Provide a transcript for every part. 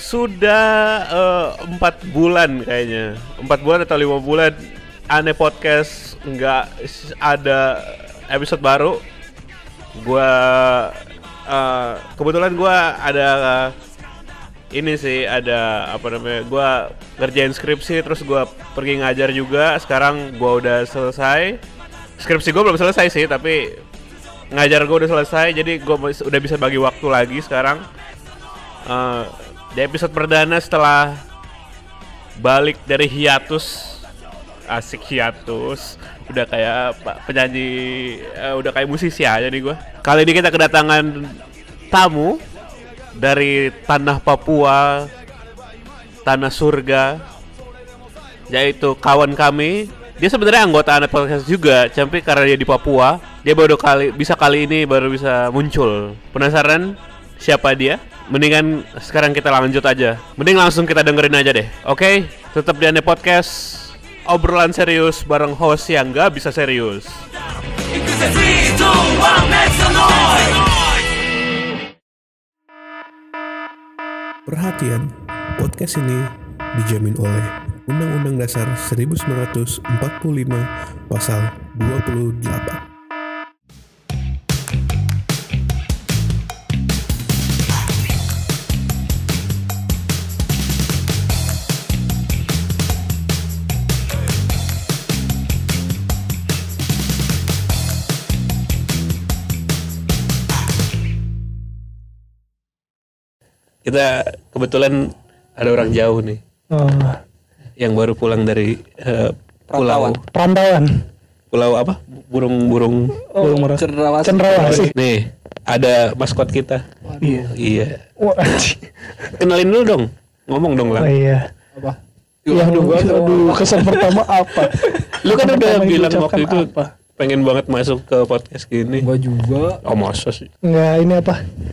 Sudah 4 bulan kayaknya, 4 bulan atau 5 bulan Aneh Podcast nggak ada episode baru. Gua kebetulan gua ada ini sih, ada apa namanya, gua ngerjain skripsi terus gua pergi ngajar juga. Sekarang gua udah selesai. Skripsi gua belum selesai sih, tapi ngajar gua udah selesai, jadi gua udah bisa bagi waktu lagi sekarang. Di episode perdana setelah balik dari hiatus, asik hiatus, udah kayak penyanyi, udah kayak musisi aja nih gua. Kali ini kita kedatangan tamu dari tanah Papua, tanah surga, yaitu kawan kami. Dia sebenarnya anggota Aneh Podcast juga, tapi karena dia di Papua, dia kali ini baru bisa muncul. Penasaran siapa dia? Mendingan sekarang kita lanjut aja. Mending langsung kita dengerin aja deh. Oke, tetap di Aneh Podcast, obrolan serius bareng host yang gak bisa serius. Perhatian, podcast ini dijamin oleh Undang-Undang Dasar 1945 Pasal 28. Kita kebetulan ada orang jauh nih, yang baru pulang dari pulau apa? Burung Cendrawasih. Nih, ada maskot kita. Iya. Kenalin dulu dong, ngomong dong lah. Iya. Apa? Aduh, kesan pertama apa? Lu kan udah bilang diucapkan waktu itu apa? pengen banget masuk ke podcast gini. Gua juga. Oh, masa sih? Enggak, ini apa?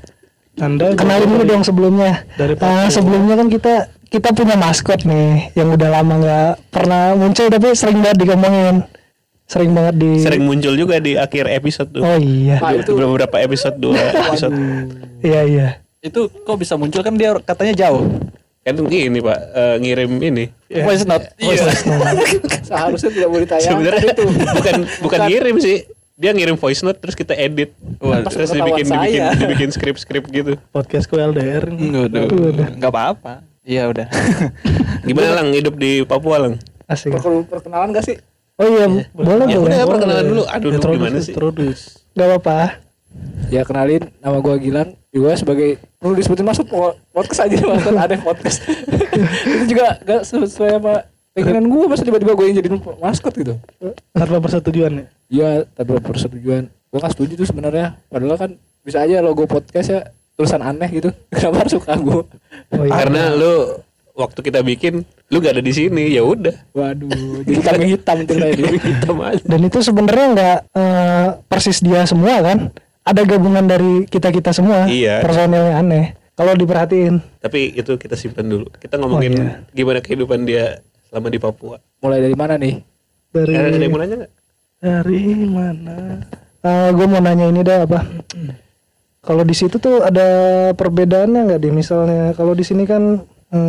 Anda Kenalin dulu dong sebelumnya. Sebelumnya kan kita punya maskot nih yang udah lama nggak pernah muncul, tapi sering banget diomongin. Sering muncul juga di akhir episode tuh. Oh iya. Itu beberapa episode, 2 episode. Iya. Itu kok bisa muncul, kan dia katanya jauh. Kan ini Pak, ngirim ini. Voice note. Iya. Seharusnya tidak boleh ditayangkan. Sebenarnya itu bukan ngirim sih. Dia ngirim voice note terus kita edit. Terus dibikin skrip gitu. Podcastku LDR. Enggak apa-apa. Iya udah. Gimana Lang hidup di Papua Lang? Asik. Perkenalan enggak sih? Oh iya, boleh. Udah perkenalan dulu. Aduh, gimana sih? Enggak apa-apa. Ya kenalin, nama gua Gilang. Juga sebagai, perlu disebutin masuk podcast aja, masuk ada podcast. Itu juga enggak sesuai sama pengenan gua, masa tiba-tiba gua yang jadi maskot gitu. Tanpa persetujuan ya? Iya, tanpa persetujuan. Gua nggak setuju tuh sebenarnya. Padahal kan bisa aja logo podcast ya tulisan aneh gitu. Kenapa harus suka gua? Oh, iya. Karena lu waktu kita bikin, lu gak ada di sini, ya udah. Waduh, jadi kambing hitam ceritanya. Hitam aja. Dan itu sebenarnya nggak persis dia semua kan? Ada gabungan dari kita semua. Iya. Personilnya aneh. Kalau diperhatiin. Tapi itu kita simpan dulu. Kita ngomongin gimana kehidupan dia selama di Papua. Mulai dari mana nih? Ada yang mau nanya nggak? Dari mana? Gue mau nanya ini dah apa? Kalau di situ tuh ada perbedaannya nggak, misalnya kalau di sini kan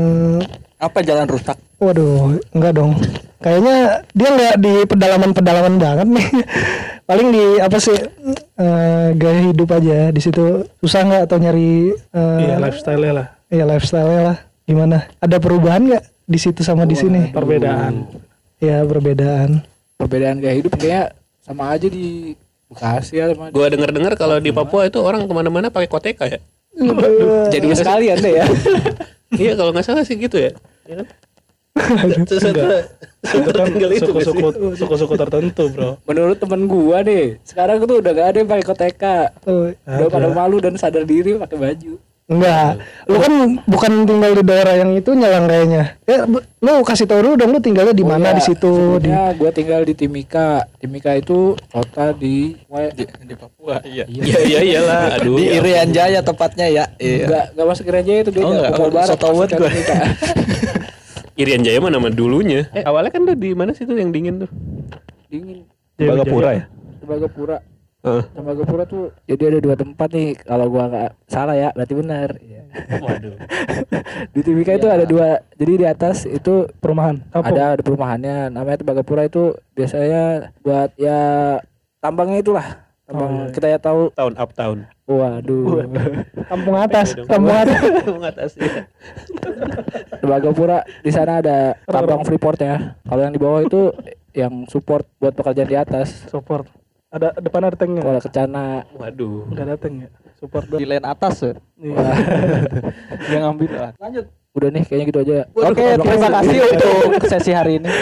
Apa jalan rusak? Waduh, enggak dong. Kayaknya dia nggak di pedalaman banget nih. Paling di apa sih, gaya hidup aja di situ. Susah nggak atau nyari lifestyle lah. Iya, lifestyle lah. Gimana? Ada perubahan nggak di situ sama di sini? Perbedaan. Ya, perbedaan Gaya hidup kayak sama aja di Bekasi ya. Gua dengar kalau di Papua itu orang kemana-mana pakai koteka ya. Jadi sekalian deh ya. Iya, kalau nggak salah sih gitu ya. Iya kan? Suku-suku tertentu, bro. Menurut temen gua nih, sekarang tuh udah gak ada yang pakai koteka. Udah pada malu dan sadar diri pakai baju. Enggak, lu kan bukan tinggal di daerah yang itu Nyalang kayaknya. Ya, lu kasih tau dulu dong, lu tinggalnya di mana di situ? Gua tinggal di Timika. Timika itu kota di Papua. Iya. Iya iyalah. Aduh. Di Irian Jaya tepatnya ya. Iya. Enggak masuk Irian Jaya itu beda. Papua Barat. Sotowet gua. Irian Jaya mah nama dulunya. Awalnya kan tuh di mana sih tuh yang dingin tuh? Dingin. Tembagapura ya? Tembagapura tuh jadi ada 2 tempat nih, kalau gua nggak salah ya, berarti benar. Waduh. Di Timika itu ada 2. Jadi di atas itu Perumahan. ada perumahannya. Namanya Tembagapura itu biasanya buat ya tambangnya itulah. Tambang kita ya tahu. Uptown. Waduh. Kampung atas, Beda dong. kampung atas. Kampung atas ya. Tembagapura di sana ada tambang Freeport ya. Kalau yang di bawah itu yang support buat pekerjaan di atas. Support. Ada depan ada tanknya. Kalau Kencana. Waduh. Enggak ada tank ya. Support doang. Di lane atas ya. Iya. Yang ngambil lah. Lanjut. Udah nih kayaknya gitu aja. Oke, terima kasih untuk sesi hari ini.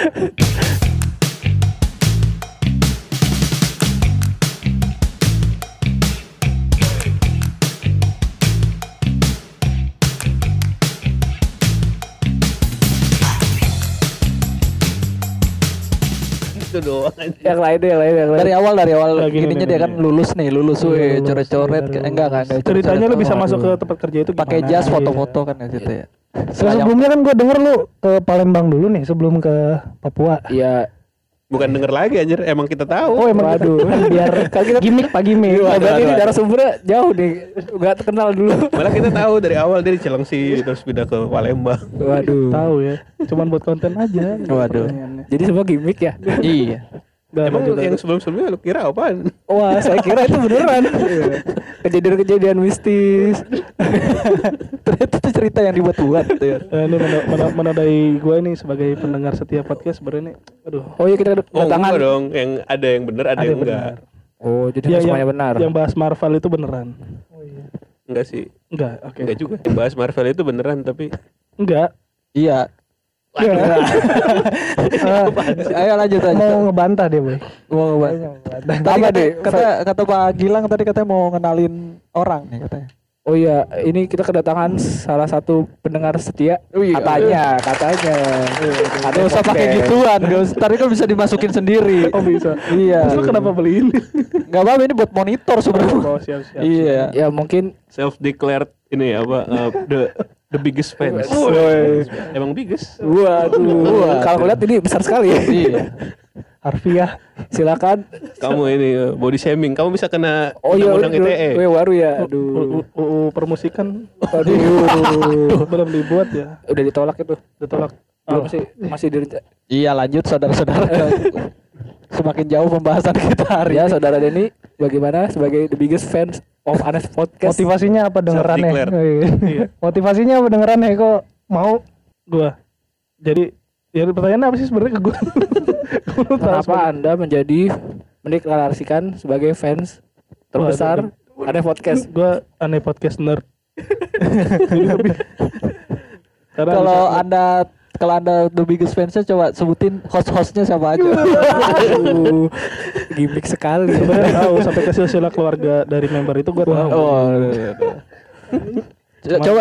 Itu doang aja. Yang lain. Dari awal Nah, gini, ininya nih, dia kan nih. lulus Lulus, coret-coret dari enggak kan. lulus. Ceritanya lu bisa masuk ke tempat kerja itu pakai gimana? jas foto-foto kan di situ ya. Sebelumnya kan gue denger lu ke Palembang dulu nih sebelum ke Papua. Iya. Bukan denger lagi anjir, emang kita tahu. Oh emang Waduh. kan biar Kalau kita gimmick pak gimmick. berarti ini narasumbernya jauh nih. Enggak terkenal dulu. Malah kita tahu dari awal dia di Cilengsi terus pindah ke Palembang. Waduh. Tahu ya. Cuman buat konten aja. Waduh. Pertanyaannya. Jadi semua gimmick ya. Iya. Udah, Emang lanjut, yang lanjut. sebelum-sebelumnya lu kira apaan? Wah, saya kira itu beneran. Kejadian-kejadian mistis. Ternyata itu cerita yang dibuat-buat gitu ya. Ini menodai gue nih sebagai pendengar setiap podcast sebenarnya nih. Aduh. Oh iya kita Oh kedatangan. enggak dong, yang ada yang bener ada yang enggak. benar. Oh, jadi Ya, semuanya benar. Yang bahas Marvel itu beneran. Enggak sih. Enggak, oke. Enggak juga. Yang bahas Marvel itu beneran tapi Enggak. Iya. Ayo lanjut aja. Mau ngebantah dia boy. Mau Tadi Apa kata, deh? kata Pak Gilang tadi katanya mau ngenalin orang nih katanya. Oh iya, ini kita kedatangan salah satu pendengar setia. Katanya. Gak usah pakai gituan, gak usah. Tadi kan bisa dimasukin sendiri. Oh bisa. Iya. Terus lu kenapa beli ini? Gak apa-apa ini buat monitor sebenarnya. Oh siap. Iya. Ya mungkin self declared ini apa the biggest fans. Emang biggest. waduh. Kalau lihat ini besar sekali ya. Iya. Harfiah. Silakan. Kamu ini body shaming. Kamu bisa kena Oh iya, undang-undang ITE. baru ya. Aduh. UU permusikan Aduh. belum dibuat ya. Udah ditolak itu. Ditolak. Belum sih, masih Iya lanjut saudara-saudara. Semakin jauh pembahasan kita hari Ya, ini. saudara Denny bagaimana sebagai the biggest fans of Anes Podcast? Motivasinya apa dengerannya? Self-declared. Iya. Motivasinya apa dengerannya kok mau? Gua. Jadi ya pertanyaannya apa sih sebenarnya ke gua? Kenapa Anda mendeklarasikan sebagai fans terbesar Anes Podcast? Gua aneh podcast nerd. Jadi lebih. Karena Kalau anda the biggest fansnya coba sebutin host-hostnya siapa aja. Aduh, gimmick sekali. sebenarnya tahu sampai ke silsilah keluarga dari member itu gua tahu. Oh, coba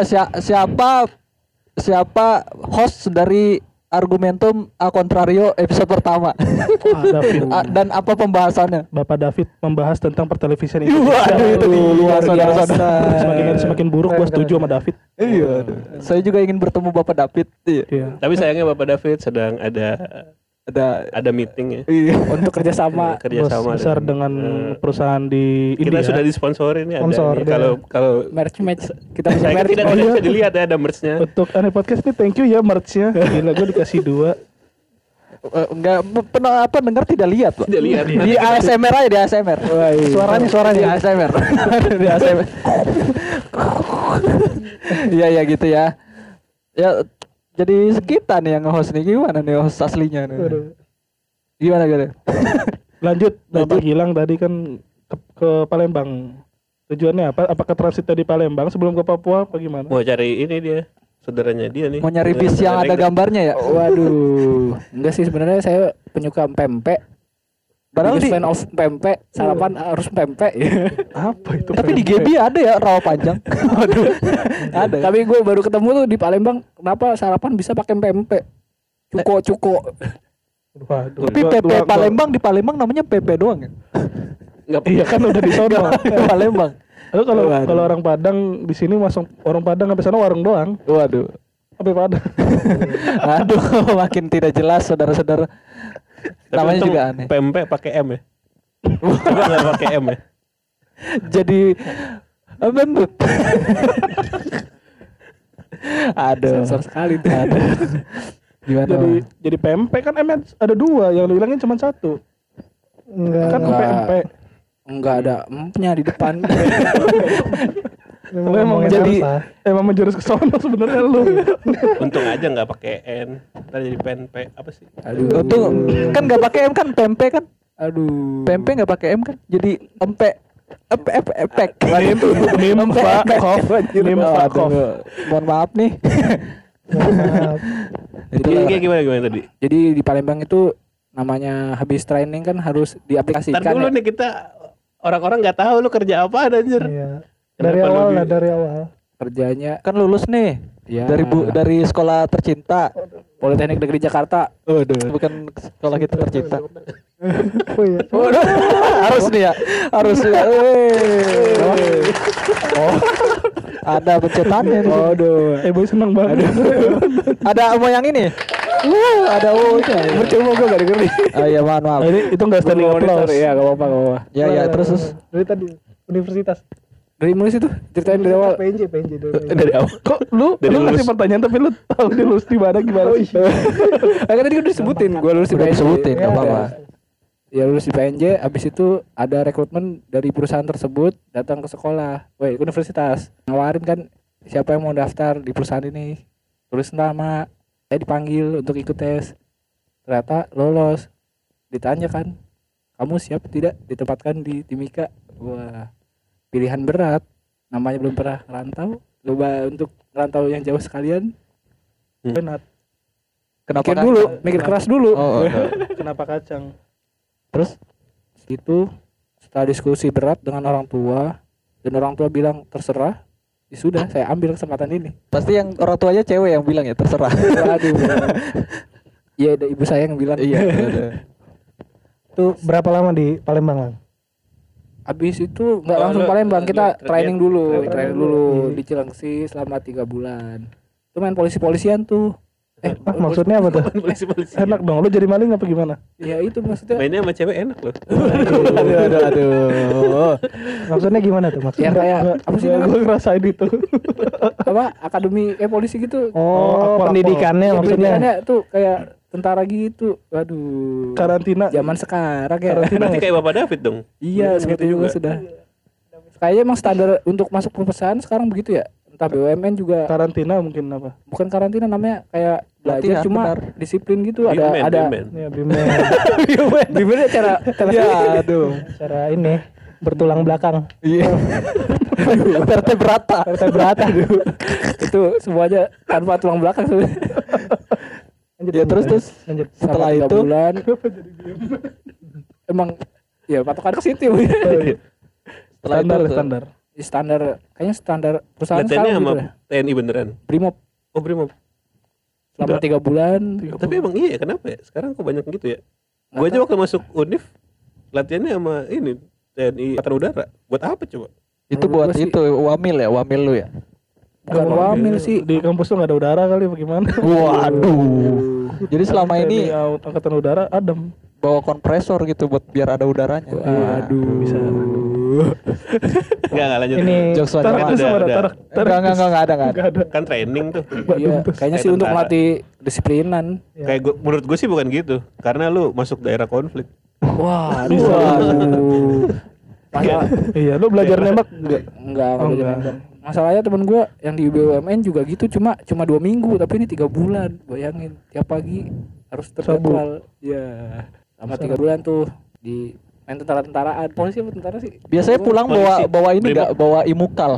siapa host dari Argumentum A Contrario episode pertama. David. Dan apa pembahasannya? Bapak David membahas tentang pertelevisian itu. Waduh, itu luar saudara-saudara. biasa. Semakin hari semakin buruk, gua setuju sama David. Iya. Saya juga ingin bertemu Bapak David. Iya. Iya. Tapi sayangnya Bapak David sedang ada meeting ya. Iya. Untuk kerjasama. Kerjasama Bos besar dengan perusahaan di kita India. sudah disponsori nih ada Sponsor, nih. dia. Kalau Merch kita bisa saya merch. tidak bisa dilihat ya ada merch-nya. Untuk aneh podcast nih thank you ya merch-nya. Gila gua dikasih 2. Enggak pernah apa dengar tidak lihat, Pak. Tidak lihat. Di ASMR aja di ASMR. Suaranya di ASMR. Di ASMR. Iya gitu ya. Ya jadi kita nih yang nge-host nih, gimana nih host aslinya nih? Gimana gitu? Lanjut, Bapak Gilang tadi kan ke Palembang. Tujuannya apa? Apakah transit tadi Palembang sebelum ke Papua apa gimana? Mau cari ini dia, saudaranya dia nih. Mau nyari bis yang ada gambarnya ya? Waduh, enggak sih sebenarnya saya penyuka pempek. Padahal Biggest di- fan of pempek, sarapan harus pempek. Apa itu? Tapi di GB ada ya rawa panjang. Waduh. Ada. Tapi gue baru ketemu tuh di Palembang, kenapa sarapan bisa pakai pempek? Cuko. Waduh. Tapi PP Palembang di Palembang namanya PP doang ya? Enggak Iya kan udah di sono. Di Palembang. Lalu kalau Waduh. kalau orang Padang di sini masuk orang Padang sampai sana warung doang. Waduh. Sampai Padang. Aduh, makin tidak jelas saudara-saudara. Namanya untung juga aneh. Pempek pakai M ya. Coba enggak pakai M ya. Jadi apa tuh? Aduh. Sensor sekali tuh. Gimana? Jadi PMP kan ada 2, yang lu hilangin cuma 1. Enggak. Kan PMP. Enggak ada empnya di depan. Lu emang menjurus ke sono sebenarnya lu. Untung aja nggak pakai N. Ntar jadi PNP apa sih? Aduh. Untung kan nggak pakai M kan, pempek kan? Aduh. Pempek nggak pakai M kan? Jadi empek. Epek. Mohon maaf nih. Jadi kayak gimana tadi? Jadi di Palembang itu namanya habis training kan harus diaplikasikan. Ntar dulu ya. nih kita orang-orang nggak tahu lu kerja apa anjir. Iya. Dari awal. Kerjanya Kan lulus nih. ya, Dari sekolah tercinta. Politeknik Negeri Jakarta. Bukan sekolah kita tercinta. Oh iya. Harus nih ya. Harus ya. Oh. Ada pencetannya nih. Aduh. Boy seneng banget. Ada mau yang ini. Ada O-nya. Percuma gue gak dengerin. Oh iya, maaf. Ini itu enggak standing applause. Iya, gak apa-apa. Ya, terus. Dari tadi universitas. Dari mulai situ ceritain dari awal. PNJ dulu. Dari awal. Kok lu kasih pertanyaan tapi lu tahu dia lulus di mana gimana? Kan tadi udah disebutin, gue lulus di Udah PNJ. disebutin, enggak apa-apa. Ya lulus di PNJ, abis itu ada rekrutmen dari perusahaan tersebut datang ke sekolah, universitas, nawarin kan siapa yang mau daftar di perusahaan ini, tulis nama, saya dipanggil untuk ikut tes, ternyata lolos, ditanya kan, kamu siap tidak ditempatkan di Timika? Wah, pilihan berat, namanya belum pernah ngerantau, coba untuk ngerantau yang jauh sekalian, Benar. Kenapa mikir keras dulu. Oh. Kenapa kacang? Terus itu setelah diskusi berat dengan orang tua dan orang tua bilang terserah, ya sudah saya ambil kesempatan ini. Pasti yang orang tuanya cewek yang bilang ya terserah. Aduh. Iya, ada ibu saya yang bilang. Iya. Itu berapa lama di Palembang, Lang? Habis itu nggak langsung Palembang, kita training dulu di Cilengsi selama 3 bulan. Itu main polisi-polisian tuh. Maksudnya apa tuh? Polisi. Enak dong, lu jadi maling apa gimana? Ya itu maksudnya. Mainnya sama cewek enak loh. Aduh. Maksudnya gimana tuh? Ya Maksudnya kayak apa sih? Gue ngerasain itu. Apa akademi polisi gitu. pendidikannya Ya, maksudnya. pendidikannya tuh kayak tentara gitu. Waduh. Karantina. Zaman sekarang ya. Berarti kayak Bapak David dong. Iya, segitu juga sudah. Kayaknya emang standar untuk masuk perusahaan sekarang begitu ya. Entah BUMN juga Karantina mungkin apa? bukan karantina, namanya kayak belajar Latihan, cuma benar. disiplin gitu. Bimen. Ya, Bimen. Bimen cara Ya, aduh. Cara ini bertulang belakang. Iya. Vertebrata. itu semuanya tanpa tulang belakang sebenarnya. Ya terus Lanjut. setelah Selama 3 itu bulan emang ya patokan ke situ. setelah itu Standar. Kayaknya standar perusahaan Latihannya sekarang sama gitu ya. TNI beneran. Brimob Oh Brimob. selama 3 bulan. Tapi emang iya kenapa ya? Sekarang kok banyak gitu ya? Gue aja waktu masuk Unif latihannya sama ini TNI Angkatan Udara. Buat apa coba? itu Menurut buat gua sih- itu wamil lu ya. Bukan wamil sih. Di kampus tuh nggak ada udara kali bagaimana? Waduh. Jadi selama ini angkatan udara adem. bawa kompresor gitu buat biar ada udaranya. Aduh. Bisa. Enggak lanjut. Ini Jokes Tarik Wajah. itu sama ada. tarik. Enggak ada. Enggak ada. Kan training tuh. Iya, kayaknya sih Kayak untuk tentara. melatih disiplinan. Kayak menurut gue sih bukan gitu. Karena lu masuk daerah konflik. Wah, Bisa. Masalah, Iya, lu belajar nembak enggak? enggak, Oh, belajar enggak. nembak. Masalahnya temen gue yang di BUMN juga gitu, cuma 2 minggu, tapi ini 3 bulan. Bayangin, tiap pagi harus terjadwal. Iya. Sama 3 bulan tuh di main tentara-tentaraan. Polisi apa tentara sih? Biasanya pulang Polisi. bawa ini Brimob. enggak bawa imukal.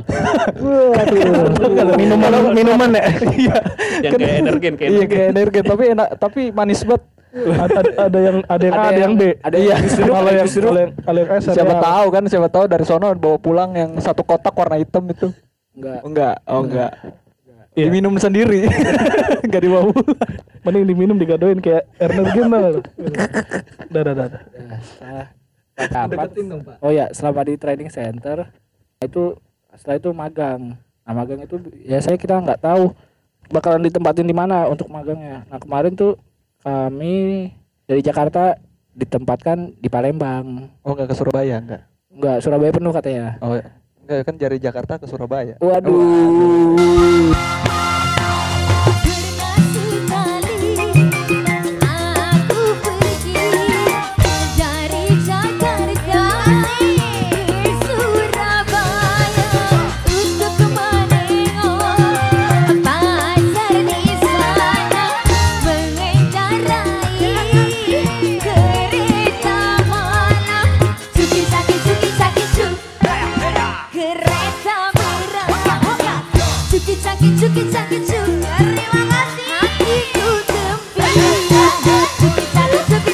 minuman ya. Yang kayak energen kayak Iya kayak energi tapi enak tapi manis banget. Ada yang A, ada yang B. Ada yang jus jeruk, Kalau ada yang jus jeruk. kalau yang S ada Siapa yang A. tahu kan siapa tahu dari sono bawa pulang yang satu kotak warna hitam itu. Enggak. Enggak. Iya. Diminum sendiri. Enggak dibawa pulang. Mending diminum digadoin kayak energen tau lu. Dah. Oh ya, selama di training center itu setelah itu magang. Nah, magang itu biasanya kita nggak tahu bakalan ditempatin di mana untuk magangnya. Nah, kemarin tuh kami dari Jakarta ditempatkan di Palembang. Oh enggak ke Surabaya enggak. Enggak, Surabaya penuh katanya. Oh enggak kan dari Jakarta ke Surabaya. Waduh. cuki caki cuk. Terima kasih hatiku gembira. Cuki caki cuk.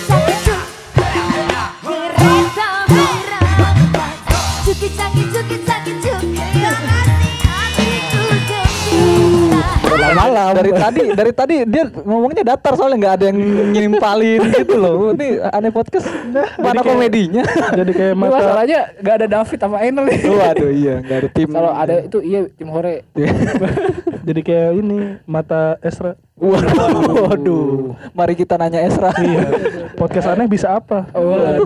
Kereta merah. Cuki caki cuk. Terima kasih hatiku gembira. Malam dari tadi dia ngomongnya datar soalnya nggak ada yang nyimpalin gitu loh. Ini aneh podcast mana komedinya. Jadi kayak Ini mata masalahnya gak ada David sama Enel nih. Waduh iya nggak ada tim. Kalau ada itu iya tim Hore. jadi kayak ini mata Esra. Waduh. Mari kita nanya Esra. Iya. Podcast aneh bisa apa? Waduh.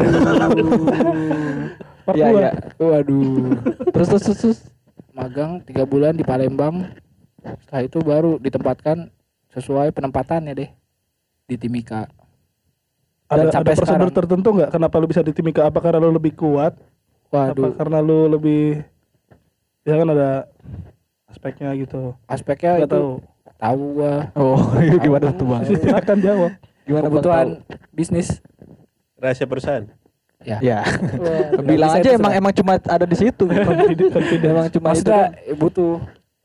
Part Iya dua. iya. Waduh. Terus. Magang 3 bulan di Palembang. Setelah itu baru ditempatkan sesuai penempatannya deh di Timika. Dan Ada sampai prosedur sekarang. tertentu nggak kenapa lu bisa di Timika? Apa karena lu lebih kuat? Apa Waduh. karena lu lebih ya kan ada aspeknya gitu. Aspeknya Nggak itu tahu. tahu gua. Oh iya gimana tuh bang? Silakan jawab. Gimana bang Kebutuhan tahu? bisnis. Rahasia perusahaan. Ya. Ya. Nggak Bilang bisa aja itu emang cuma ada di situ. Emang cuma itu. Maksudnya butuh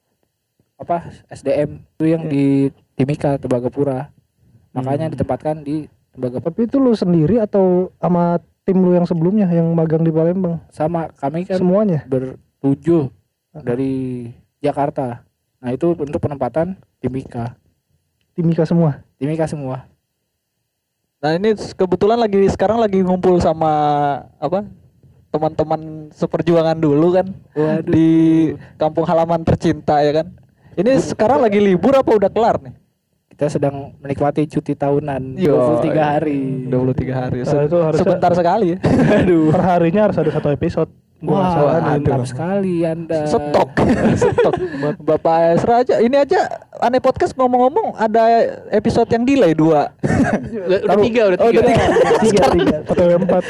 apa SDM itu yang di Timika Tembagapura. Makanya ditempatkan di Tembagapura. Tapi itu lu sendiri atau sama tim lu yang sebelumnya yang magang di Palembang? Sama kami kan Semuanya? bertujuh dari Jakarta. Nah itu untuk penempatan Timika. Timika semua? Timika semua. Nah ini kebetulan sekarang lagi ngumpul sama apa teman-teman seperjuangan dulu kan. Waduh. Di kampung halaman tercinta ya kan. Ini sekarang lagi libur apa udah kelar nih? Kita sedang menikmati cuti tahunan Yo, 23 hari. 23 hari. Nah, itu harusnya- Sebentar sekali ya. Per harinya harus ada 1 episode. Wah, Masalahnya itu. mantap sekali Anda. Stok. Stok. Bapak Esra aja. Ini aja aneh podcast ngomong-ngomong ada episode yang delay 2. Udah 3, udah 3. Tiga. OTW 4.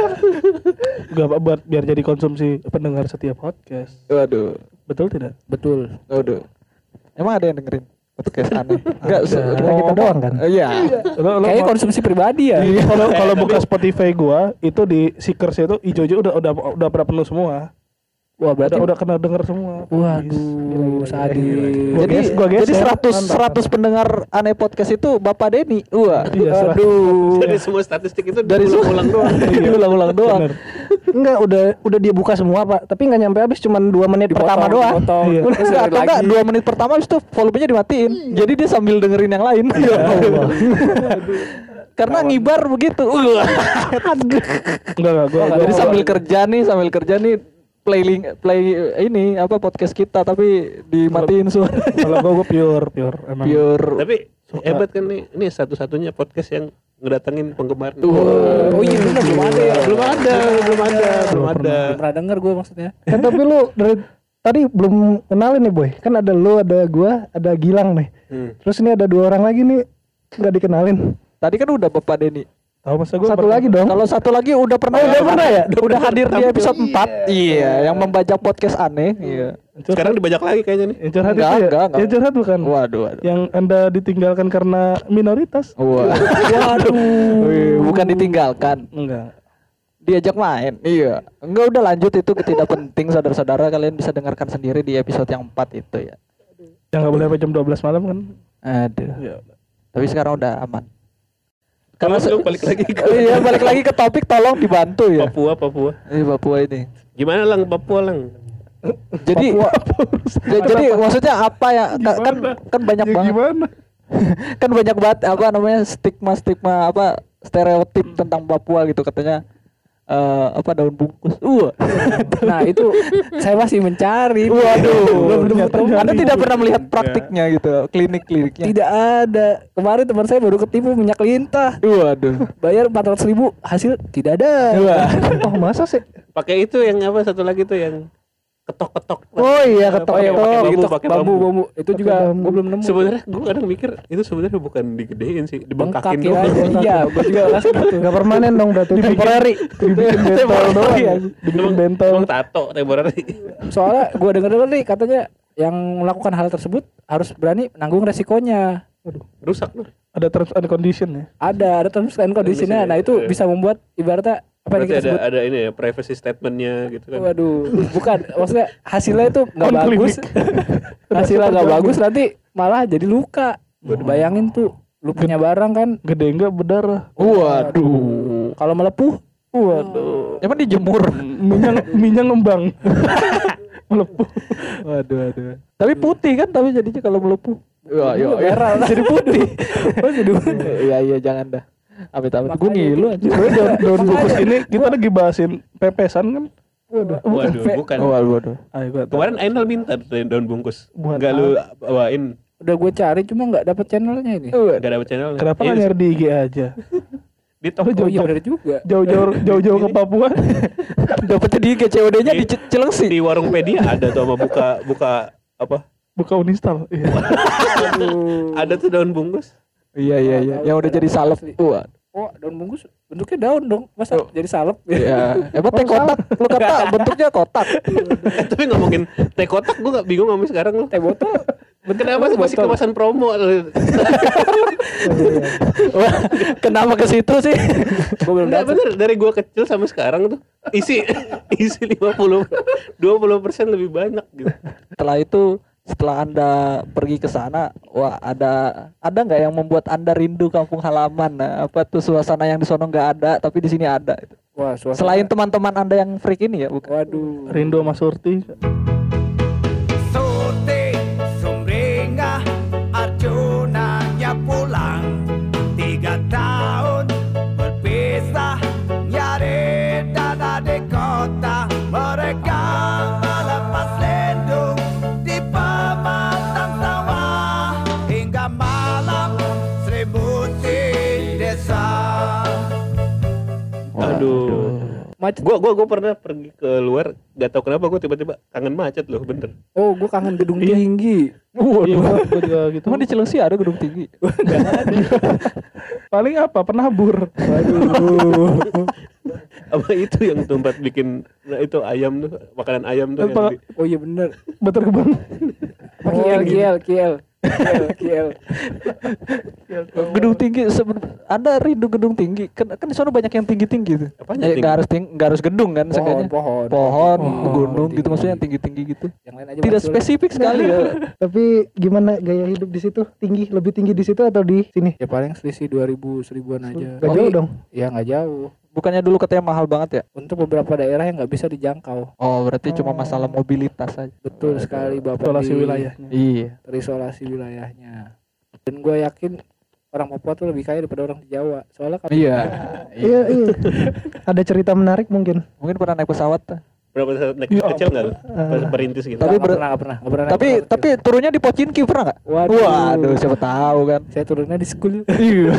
Gak apa buat biar jadi konsumsi pendengar setiap podcast. Waduh. Betul tidak? Betul. Waduh. Emang ada yang dengerin podcast aneh? Enggak, Cuma kita doang kan? Iya. Kayaknya konsumsi pribadi ya. Kalau buka Spotify gua itu di seekers itu hijau-hijau udah pada penuh semua. Wah, berarti Udah kena denger semua. waduh, sadis. Jadi 100 pendengar aneh podcast itu Bapak Denny. Wah. Iya, Aduh. Dari semua statistik itu Dari ulang doang. Ulang-ulang doang. Bener. Enggak, udah dia buka semua Pak. Tapi nggak nyampe habis, cuman 2 menit pertama doang. Dipotong. Iya. Terus Enggak, dengerin atau enggak lagi. 2 menit pertama habis itu volumenya dimatiin. Jadi dia sambil dengerin yang lain. Ya Allah. Karena ngibar begitu. Enggak gua Jadi sambil kerja nih play ini apa podcast kita tapi dimatiin suara. kalau gua pure emang. Pure. Tapi hebat kan nih. Ini satu-satunya podcast yang ngedatengin penggemar. Oh iya benar belum ada ya. Belum ada. Belum pernah denger gue maksudnya. Kan tapi lu dari tadi belum kenalin nih Boy. Kan ada lu, ada gua, ada Gilang nih. Terus ini ada 2 orang lagi nih nggak dikenalin. Tadi kan udah Bapak Denny. Tahu masa gua Satu lagi dong. Kalau satu lagi udah pernah ya? Udah hadir di episode 4. Iya, yang membajak podcast aneh. Iya. Sekarang dibajak lagi kayaknya nih. Yang curhat Enggak, itu ya? enggak. Yang curhat bukan? Waduh. Yang Anda ditinggalkan karena minoritas? Waduh. Bukan ditinggalkan, Enggak. diajak main. Iya. Enggak, udah lanjut, itu tidak penting saudara-saudara, kalian bisa dengarkan sendiri di episode yang 4 itu ya. Yang nggak boleh sampai jam 12 malam kan? Aduh. Ya. Tapi sekarang udah aman. Karena Karena belum balik lagi ke Iya, balik lagi ke topik, tolong dibantu ya. Papua. Papua ini. Gimana lang Papua lang? Jadi jadi maksudnya apa ya? Kan banyak Ya, banget. gimana? Kan banyak banget apa namanya stigma apa stereotip tentang Papua gitu, katanya apa daun bungkus. Nah itu saya masih mencari. Waduh. Belum ketemu. Anda tidak pernah melihat praktiknya gitu, klinik-kliniknya. Tidak ada. Kemarin teman saya baru ketipu minyak lintah. Waduh. Bayar 400.000, hasil tidak ada. Oh masa sih? Pakai itu yang apa satu lagi tuh yang ketok-ketok. Oh iya, ketok-ketok. Pakai bambu. Itu juga gue belum nemu. Sebenarnya gue kadang mikir itu sebenarnya bukan digedein sih, dibengkakin Bengkak ya doang. aja. Iya, gue juga rasa gitu. Gak permanen dong berarti. Temporary. Dibikin bentol doang. Dibikin bentol. Emang tato temporary. Soalnya gue denger nih katanya yang melakukan hal tersebut harus berani menanggung resikonya. Rusak loh. Ada terms and condition ya. Ada terms and conditionnya. Nah itu bisa membuat ibaratnya Apa yang Berarti kita sebut? ada ini ya privacy statementnya gitu kan. Waduh, bukan, maksudnya hasilnya itu nggak On bagus. Hasilnya nggak Terganggu. bagus nanti malah jadi luka. Bayangin tuh, lu punya barang kan, Gede enggak berdarah. Waduh. kalau melepuh, Waduh. Emang dijemur. Minyak ngembang. Melepuh. Waduh. Tapi putih kan tapi jadinya kalau melepuh. Wah, Iya, merah. jadi putih. Oh, jadi putih. Iya jangan dah. Amit-amit gue ngilu aja. Sebenarnya daun bungkus ini kita lagi bahasin pepesan kan. Waduh, bukan. Waduh. Ayo gua tahu. Kemarin Ainal minta daun bungkus. Buat Enggak lu bawain, udah gue cari cuma nggak dapet channelnya ini. enggak dapet channel. Kenapa nggak nyari di IG aja? Di toko Oh iya bener juga. Jauh-jauh ke Papua. Dapetnya di COD-nya di Cilengsi. di Warungpedia ada tuh sama buka apa? Buka uninstall. Iya. Ada tuh daun bungkus. Iya. Yang udah jadi salep. Wah. Oh daun bungkus bentuknya daun dong, masa jadi salep? Iya. Emang teh kotak. Lu kata bentuknya kotak. Tapi ngomongin teh kotak gue nggak bingung sampai sekarang lu. Teh botol. Kenapa sih masih kemasan promo? Wah, kenapa ke situ sih? Gue belum Enggak dapet. bener, dari gua kecil sampai sekarang tuh isi 50 20% lebih banyak gitu. Setelah Anda pergi ke sana, wah ada nggak yang membuat Anda rindu kampung halaman? Nah, apa tuh suasana yang di sono nggak ada tapi di sini ada. Wah, suasana. Selain teman-teman Anda yang freak ini ya, bukan? Waduh. Rindu sama Surti. Surti Sumringah Arjunanya pulang 3 tahun berpisah nyari dana di kota mereka melepas lendung di pematang sawah hingga malam selimuti desa. Aduh. Macet. Gua pernah pergi ke luar, gak tau kenapa gua tiba-tiba kangen macet loh, bener. Oh, gue kangen gedung tinggi. Iya, gua juga gitu. Cuma di Cilengsi ada gedung tinggi. Paling apa? Penabur. Apa itu yang tempat bikin itu ayam tuh, makanan ayam tuh. Apa? Yang Oh iya bener. Berterbang. Kiel. Gedung tinggi Anda rindu gedung tinggi. Kan di sana banyak yang tinggi-tinggi tuh. Apanya tinggi? Enggak harus gedung kan seenggaknya. Pohon. Gunung gitu maksudnya yang tinggi-tinggi gitu. Yang lain aja Tidak masuk. spesifik sekali ya. Tapi gimana gaya hidup di situ? Lebih tinggi di situ atau di sini? Ya paling selisih 1000-1000-an aja. Gak jauh dong. Ya nggak jauh. Bukannya dulu katanya mahal banget ya? Untuk beberapa daerah yang nggak bisa dijangkau. Oh, berarti cuma masalah mobilitas aja. Betul sekali Bapak. Isolasi wilayahnya. Iya. Terisolasi wilayahnya. Dan gue yakin orang Papua tuh lebih kaya daripada orang di Jawa. Soalnya kami Iya. Iya. Ada cerita menarik mungkin. Mungkin pernah naik pesawat. berapa saat naik kecil enggak lu? Pas perintis gitu. Tapi nggak pernah naik Tapi pesawat. turunnya di Pochinki pernah nggak? Waduh. Waduh, siapa tahu kan. Saya turunnya di school. Iya.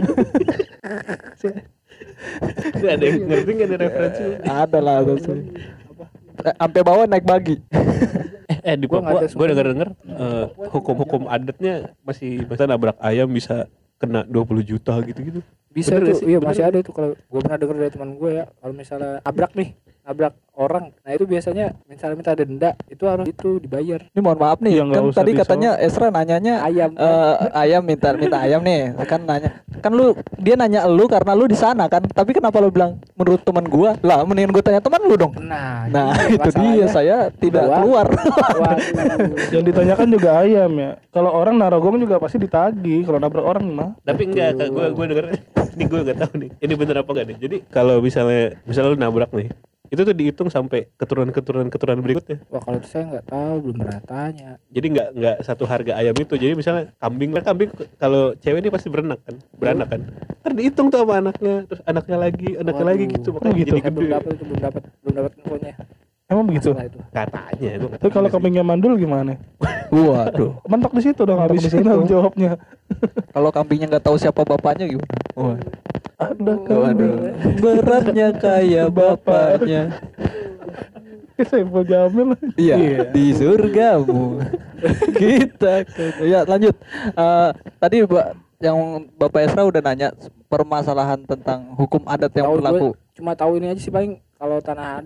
Nggak ada yang ngerti nggak ada referensi. Ada lah terus. Sampai bawah naik bagi. Di Gua nggak Papua ada gue denger hukum-hukum adatnya masih nabrak ayam bisa kena 20 juta gitu-gitu. Bisa Bener tuh, gak sih? iya Bener masih gak? ada itu kalau gue pernah denger dari teman gue ya, kalau misalnya nabrak orang, nah itu biasanya misalnya minta denda itu harus itu dibayar. Ini mohon maaf nih, Iya, nggak kan usah tadi bisa. katanya Esra nanyanya Ayam. ayam minta ayam nih, kan nanya, kan dia nanya lu karena lu di sana kan, tapi kenapa lu bilang menurut teman gua lah, mendingan gua tanya teman lu dong. Nah Itu dia, saya tidak keluar. Waduh. Yang ditanyakan juga ayam ya. Kalau orang narogong juga pasti ditagih. Kalau nabrak orang mah. Tapi enggak, gue denger ini gue nggak tahu nih. Ini bener apa enggak nih? Jadi kalau misalnya lu nabrak nih, itu tuh dihitung sampai keturunan berikutnya. Wah kalau itu saya nggak tahu, belum pernah tanya. Jadi nggak satu harga ayam itu. Jadi misalnya kambing kalau cewek ini pasti beranak kan. Ntar dihitung tuh sama anaknya, terus anaknya lagi gitu. Makanya gitu. jadi Saya gede. belum dapat infonya. Emang begitu. Masalah itu. Katanya gue. Tapi kalau kambingnya mandul gimana? Waduh. Mentok di situ dong Mentok habis di situ. tanggung jawabnya. Kalau kambingnya nggak tahu siapa bapaknya gimana? Wah. Ada Waduh. kambing. Beratnya kayak bapaknya. Saiful Jamil. Iya, di surgamu. Kita ya lanjut. Tadi yang Bapak Esra udah nanya permasalahan tentang hukum adat yang Tahu berlaku. gue cuma tahu ini aja sih paling kalau tanah adat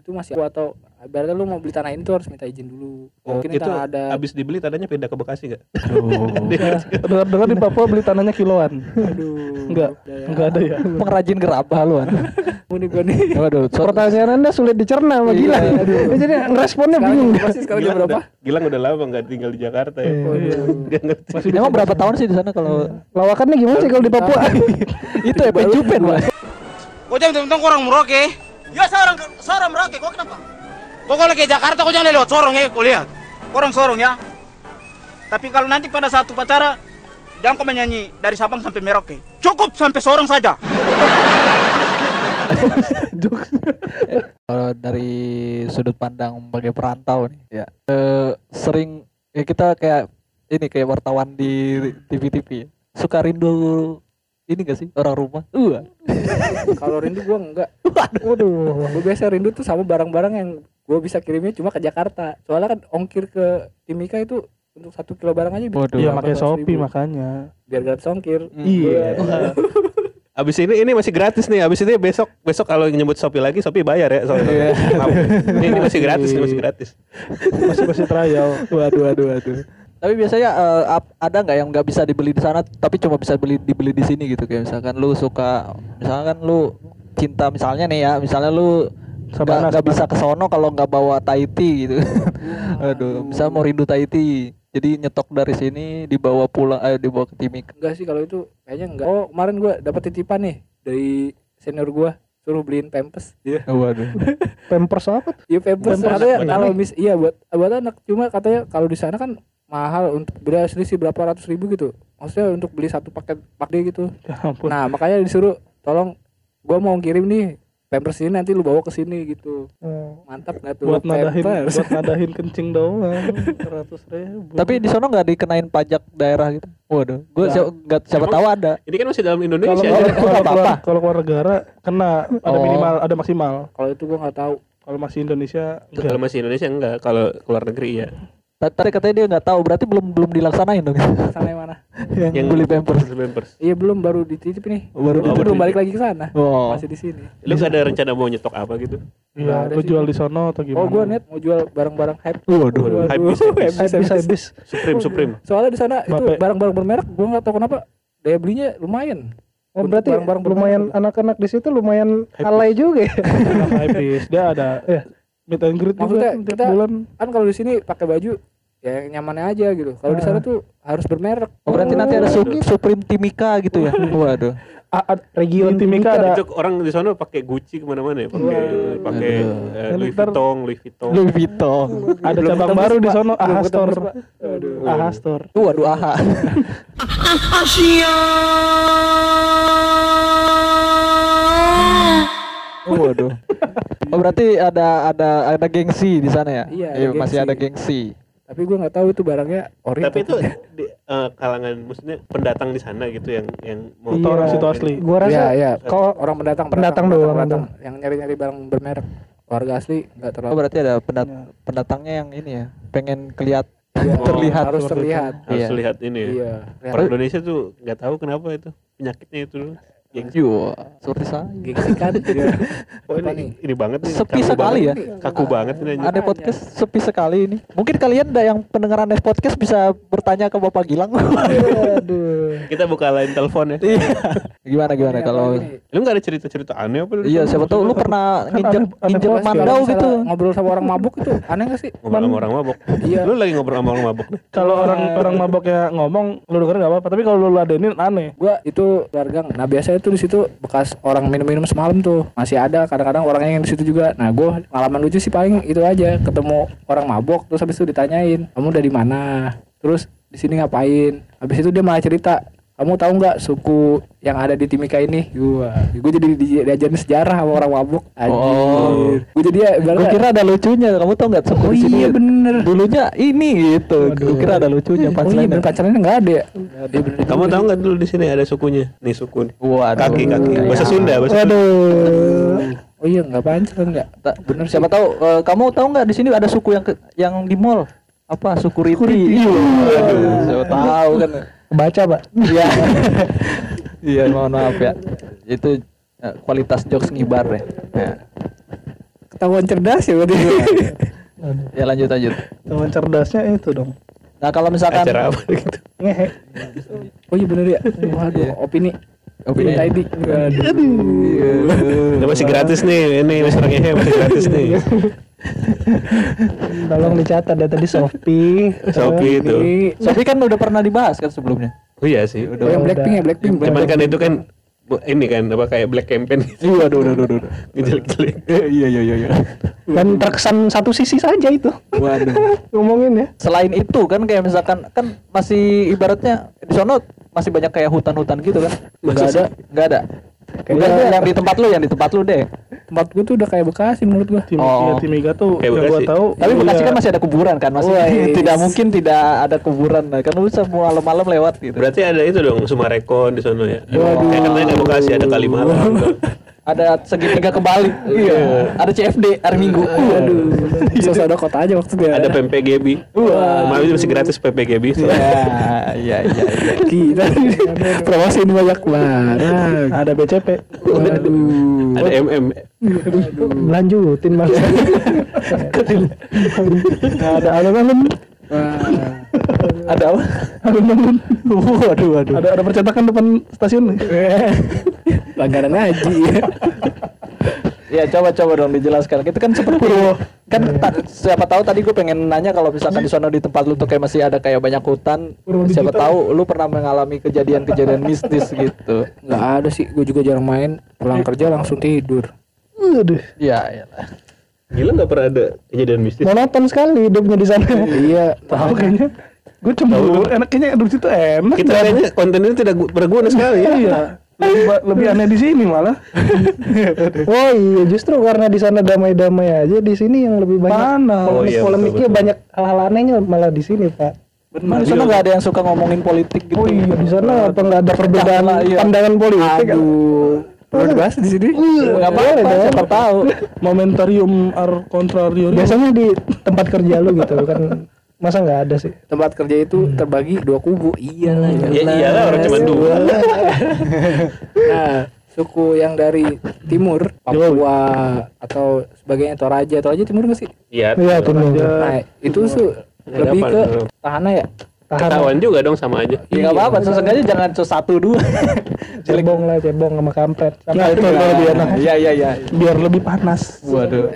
itu masih atau berarti lu mau beli tanah ini tuh harus minta izin dulu. Mungkin itu tanah ada. abis dibeli tanahnya pindah ke Bekasi gak? Dengar di Papua beli tanahnya kiloan. Aduh. Enggak ada ya. Pengrajin gerabah lu kan. Ini gua nih. Waduh, Pertanyaan Anda sulit dicerna sama Gilang. Jadi ngeresponnya bingung. Sekarang jam berapa? Gilang udah lama nggak tinggal di Jakarta ya. Nggak ngerti. emang berapa tahun sih di sana kalau Lawakannya gimana sih kalau di Papua? itu ya pencupen, Pak. Kau jangan tentang orang Merauke. Ya seorang Merauke, kau kenapa? Kau kalau ke Jakarta kau jangan lewat Sorong ya, kau lihat. Orang Sorong ya. Tapi kalau nanti pada satu upacara, jangan kau menyanyi dari Sabang sampai Merauke. Cukup sampai Sorong saja. Kalau dari sudut pandang sebagai perantau nih, ya sering ya kita kayak wartawan di TV-TV suka rindu ini gak sih orang rumah? Kalau rindu gua enggak. Waduh, gua biasa rindu tuh sama barang-barang yang gua bisa kirimnya cuma ke Jakarta. Soalnya kan ongkir ke Timika itu untuk 1 kilo barang aja bisa. Iya, pakai Shopee makanya. Biar gratis ongkir. Iya. Abis ini masih gratis nih. Abis ini besok kalau nyebut Shopee lagi, Shopee bayar ya soalnya. Ini masih gratis, masih gratis. Masih trial. Waduh. Tapi biasanya ada nggak yang nggak bisa dibeli di sana, tapi cuma bisa dibeli di sini gitu? Kayak misalkan lu suka, misalkan lu cinta misalnya nih ya, misalnya lu nggak bisa ke sono kalau nggak bawa Tahiti gitu. Aduh, bisa mau rindu Tahiti. Jadi nyetok dari sini dibawa pulang, dibawa ke Timika. Enggak sih kalau itu kayaknya enggak. Oh, kemarin gua dapat titipan nih dari senior gua, suruh beliin Pampers. Iya. Waduh. Pampers apa? Iya Pampers. Katanya kalau buat anak. Cuma katanya kalau di sana kan mahal untuk beli selisih berapa ratus ribu gitu. Maksudnya untuk beli satu paket gitu. Ya ampun. Nah, makanya disuruh tolong gua mau kirim nih Pampers ini nanti lu bawa ke sini gitu. Mantap enggak tuh buat nadahin kencing doang 100.000. Tapi di sono nggak dikenain pajak daerah gitu? Waduh, gue siapa tahu ada. Ini kan masih dalam Indonesia aja. Kalau keluar negara kena ada minimal, ada maksimal. Kalau itu gua enggak tahu. Kalau masih Indonesia Kalau masih Indonesia enggak, kalau keluar negeri ya. Tadi katanya dia nggak tahu, berarti belum dilaksanain dong. Sana yang mana? yang beli Pampers. Iya belum, baru dititip nih. Belum balik lagi ke sana. Masih di sini. Lu gak ada rencana mau nyetok apa gitu? iya, lu jual di sono atau gimana? Oh, gua net mau jual barang-barang hype. Waduh. Habis. Supreme. Soalnya di sana itu barang-barang bermerek, gua nggak tahu kenapa daya belinya lumayan. Oh, berarti lumayan anak-anak di situ lumayan alay juga ya. Habis dia ada meet and greet Maksudnya juga kita tiap bulan. Kan kalau di sini pakai baju ya yang nyamannya aja gitu. Kalau di sana tuh harus bermerek. Oh, berarti nanti ada Supreme Timika gitu ya. Waduh. Region Timika ada. Itu orang di sana pakai Gucci kemana-mana ya, pakai Louis Vuitton. Ada cabang baru di sono, AHA Store. Waduh, AHA. Waduh. Oh, berarti ada gengsi di sana ya? Iya, masih ada gengsi. Tapi gue nggak tahu itu barangnya ori. Tapi itu kalangan, maksudnya pendatang di sana gitu yang mau orang situ asli. Gua rasa kalau orang pendatang doang yang nyari-nyari barang bermerek. Warga asli nggak terlalu. Oh, berarti ada pendatangnya yang ini ya, pengen terlihat. Harus terlihat. Harus lihat ini ya. Iya. Orang Indonesia tuh nggak tahu kenapa itu penyakitnya itu dulu. Seperti saya. Gengsi kan. Oh, ini banget nih. Sepi sekali ya. Kaku banget ini. Ada podcast sepi sekali ini. Mungkin kalian yang pendengar Andes Podcast bisa bertanya ke Bapak Gilang. Aduh. Kita buka line telepon ya. Gimana kalau lu nggak ada cerita-cerita aneh apa lu? Iya, siapa tahu lu pernah nginjek mandau gitu. Ngobrol sama orang mabuk itu aneh nggak sih? Ngobrol sama orang mabok. Iya. Lu lagi ngobrol sama orang mabok nih. Kalau orang maboknya ngomong, lu dengerin nggak apa-apa. Tapi kalau lu ladenin aneh. Gua itu warga. Nah biasanya tuh di situ bekas orang minum-minum semalam tuh masih ada kadang-kadang orangnya yang di situ juga. Nah gue pengalaman lucu sih paling itu aja, ketemu orang mabok terus habis itu ditanyain kamu dari mana, terus di sini ngapain, habis itu dia malah cerita kamu tahu nggak suku yang ada di Timika ini? Gue jadi diajarin sejarah sama orang mabuk. Anjir. Gue jadi gue kira ada lucunya. Kamu tahu nggak suku di sini? Iya bener. Dulunya ini gitu. Gue kira ada lucunya. Pacarannya nggak ada ya. Kamu tahu nggak dulu di sini ada sukunya? Nih suku. Waduh. Kaki. Bahasa Sunda. Oh iya nggak pacaran nggak. Bener. Siapa tahu kamu tahu nggak di sini ada suku yang di mall? Apa security? Aduh, siapa tahu kan. Baca, Pak. Iya. Iya, mohon maaf ya. Itu kualitas jokes ngibar ya. ketahuan cerdas ya berarti. Ya lanjut. Teman cerdasnya itu dong. Nah kalau misalkan Acara apa gitu? Ngehe. Oh iya bener ya. Waduh, opini ID. Udah masih gratis nih, ini masih masih gratis nih. Tolong dicatat ya tadi Shopee. Shopee itu. Shopee kan udah pernah dibahas kan sebelumnya. Oh iya sih. Oh yang Blackpink ya, Blackpink. Cuman kan itu kan ini kan apa kayak black campaign gitu. Iya, aduh. Jelek-jelek. Iya. Dan terkesan satu sisi saja itu. Waduh. Ngomongin ya. Selain itu kan kayak misalkan kan masih ibaratnya di sono masih banyak kayak hutan-hutan gitu kan. Enggak ada. Yang di tempat lu deh. Tempat gue tuh udah kayak Bekasi menurut gue. Timiga tuh Kayak yang gue Bekasi. tahu. Tapi Bekasi iya. kan masih ada kuburan kan, masih tidak mungkin tidak ada kuburan. Nah, kan lu bisa malam-malam lewat gitu. Berarti ada itu dong Sumarekon di sono ya. Waduh. Kayak katanya di Bekasi ada Kalimalang. Ada segitiga kebalik. Iya. Ada CFD hari Minggu. Aduh. Sosok kota aja maksudnya. Ada PMPGB. Kemarin masih gratis PMPGB. Iya. Kita promosi ini banyak banget. Ada BCP. Waduh. Ada MM. Lanjutin Mas. Ada alun-alun. Ada apa? Alun-alun. Waduh. Ada percetakan depan stasiun. Langganan ngaji. Ya coba dong dijelaskan. Itu kan seperti kan siapa tahu tadi gue pengen nanya kalau misalkan di sono di tempat lu tuh kayak masih ada kayak banyak hutan. Siapa tahu lu pernah mengalami kejadian-kejadian mistis gitu. Nggak ada sih, gue juga jarang main. Pulang kerja langsung tidur. Aduh. Iya. Gila nggak pernah ada kejadian mistis. Monoton sekali hidupnya di sana. Iya, Tahu kayaknya. Gue cemburu. Enak kayaknya hidup situ enak. Kita kayaknya konten ini tidak berguna sekali ya. Iya. Lebih aneh di sini malah. Oh iya, justru karena di sana damai-damai aja, di sini yang lebih banyak Panas. Oh iya, polemiknya betul. banyak hal-hal anehnya malah di sini, Pak. Emang di sana nggak ada yang suka ngomongin politik gitu. Oh iya, di sana apa nggak ada perbedaan lah, iya. pandangan politik? aduh. Perlu dibahas di sini. Nggak apa-apa, siapa tahu. Momentarium ar contrarium. Biasanya di tempat kerja lu gitu kan. Masa nggak ada sih? Tempat kerja itu terbagi 2 kubu. Iyalah. Ya iyalah orang cuma 2. Nah, suku yang dari timur, Papua atau sebagainya, Toraja timur nggak sih? Iya. Iya, timur. Nah, itu lebih ke Tahana ya. Ketahuan juga dong sama aja. Ya nggak apa-apa, sesungguhnya jangan cuma 1-2. Cebong lah, cebong sama kampret. Nah, itu lebih enak. Iya. Biar lebih panas. Waduh.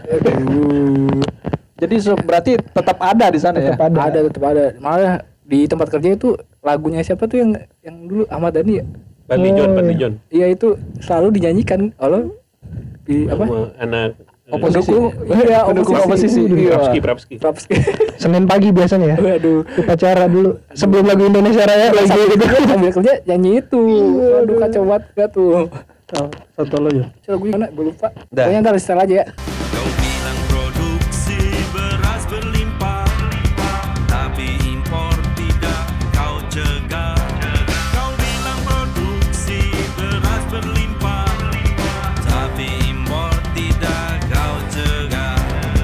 Jadi berarti tetap ada di sana ya? Tetap ada. Malah di tempat kerja itu lagunya siapa tuh yang dulu Ahmad Dhani ya? Fadli John. Iya itu selalu dinyanyikan oleh di apa? Sama anak Oposisi. Pendukung oposisi. Prapski. Senin pagi biasanya ya. Waduh. Upacara dulu sebelum lagu Indonesia Raya lagi gitu. Sambil kerja nyanyi itu. Waduh kacau banget gak tuh. Satu lagi. Coba gue gimana? Gue lupa. Dah. Pokoknya ntar setel aja ya. Kau bilang produksi beras berlimpah, tapi impor tidak kau cegah. Kau bilang produksi beras berlimpah, tapi impor tidak kau cegah.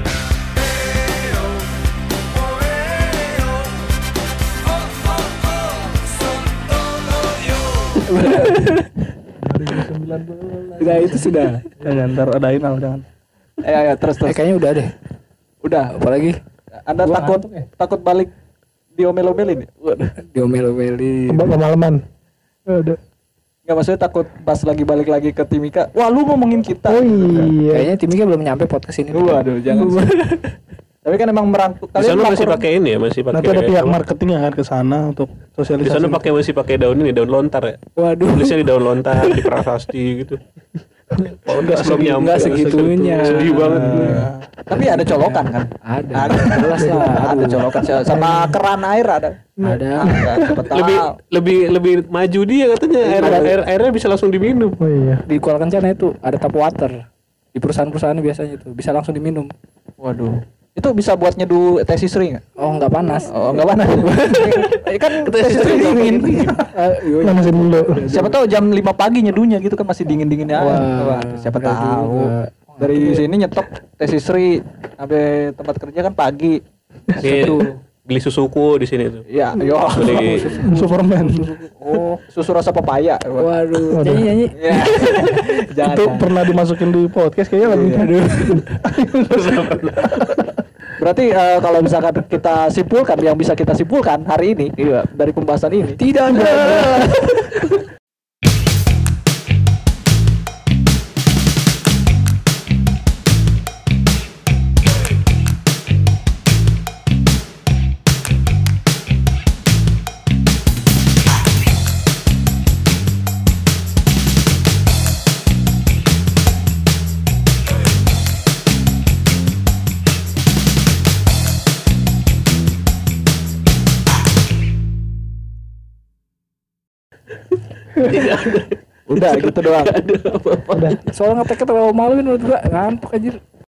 Udah itu sudah. Jangan ntar adain jangan. Ya terus. Kayaknya udah deh. Udah. Apalagi Anda takut balik diomel-omelin? Waduh. diomel-omelin. Kemalaman. Aduh. Nggak, maksudnya takut pas lagi balik lagi ke Timika. Wah, lu ngomongin kita. Oh iya. Kayaknya timnya belum nyampe podcast ini. Waduh, jangan. Tapi kan emang merangkul. Di sana masih pakai ini ya, masih pakai. Nanti ada pihak marketing yang akan ke sana untuk Di sosialisasi. sana masih pakai daun ini, daun lontar ya. Waduh. Tulisnya di daun lontar, di prasasti gitu. Oh, Enggak segitunya. Sedih banget. Tapi ada colokan kan? Ada. Jelas lah, ada colokan sama keran air ada. Ada. Siapa tahu. Lebih maju dia katanya, airnya bisa langsung diminum. Oh iya. Di Kuala Kencana itu ada tap water. Di perusahaan-perusahaan biasanya itu bisa langsung diminum. Waduh. Itu bisa buat nyeduh teh sisri nggak? Oh, enggak panas. Oh, nggak panas. Kan teh sisri dingin. Manasin dulu. Siapa tahu jam 5 pagi nyeduhnya gitu kan masih dingin-dinginnya. Wah, Siapa bener tahu. juga. Dari sini nyetok teh sisri sampai tempat kerja kan pagi. Iya. Seduh. beli susuku di sini tuh. Ya, yo. Beli Superman. Oh, susu rasa papaya. Waduh, nyanyi. Ya. Jangan. Itu pernah dimasukin di podcast kayaknya lagi. Aduh. Berarti kalau misalkan kita simpulkan yang bisa kita simpulkan hari ini dari pembahasan ini tidak ada. Udah gitu doang. Udah. Soalnya ngetek terlalu malu kan menurut gua ngantuk anjir.